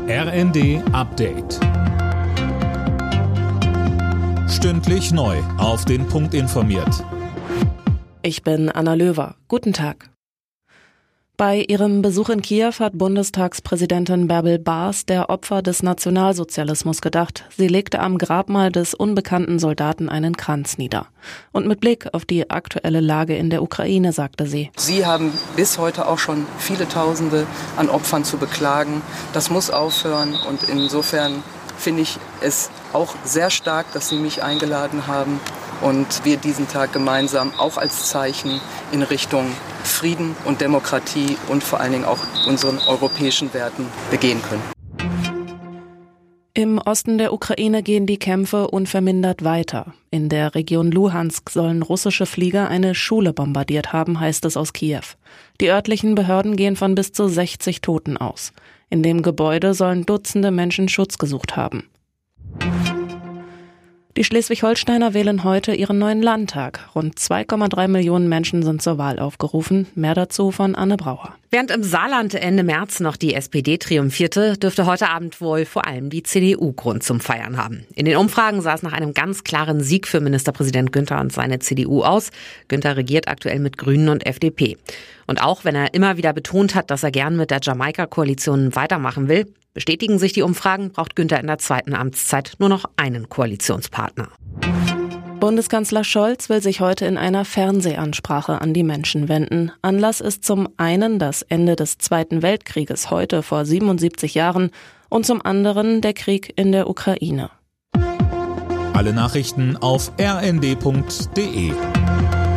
RND Update. Stündlich neu auf den Punkt informiert. Ich bin Anna Löwer. Guten Tag. Bei ihrem Besuch in Kiew hat Bundestagspräsidentin Bärbel Baas der Opfer des Nationalsozialismus gedacht. Sie legte am Grabmal des unbekannten Soldaten einen Kranz nieder. Und mit Blick auf die aktuelle Lage in der Ukraine sagte sie: Sie haben bis heute auch schon viele Tausende an Opfern zu beklagen. Das muss aufhören und insofern finde ich es auch sehr stark, dass Sie mich eingeladen haben und wir diesen Tag gemeinsam auch als Zeichen in Richtung Frieden und Demokratie und vor allen Dingen auch unseren europäischen Werten begehen können. Im Osten der Ukraine gehen die Kämpfe unvermindert weiter. In der Region Luhansk sollen russische Flieger eine Schule bombardiert haben, heißt es aus Kiew. Die örtlichen Behörden gehen von bis zu 60 Toten aus. In dem Gebäude sollen Dutzende Menschen Schutz gesucht haben. Die Schleswig-Holsteiner wählen heute ihren neuen Landtag. Rund 2,3 Millionen Menschen sind zur Wahl aufgerufen. Mehr dazu von Anne Brauer. Während im Saarland Ende März noch die SPD triumphierte, dürfte heute Abend wohl vor allem die CDU Grund zum Feiern haben. In den Umfragen sah es nach einem ganz klaren Sieg für Ministerpräsident Günther und seine CDU aus. Günther regiert aktuell mit Grünen und FDP. Und auch wenn er immer wieder betont hat, dass er gern mit der Jamaika-Koalition weitermachen will, bestätigen sich die Umfragen, braucht Günther in der zweiten Amtszeit nur noch einen Koalitionspartner. Bundeskanzler Scholz will sich heute in einer Fernsehansprache an die Menschen wenden. Anlass ist zum einen das Ende des Zweiten Weltkrieges heute vor 77 Jahren und zum anderen der Krieg in der Ukraine. Alle Nachrichten auf rnd.de.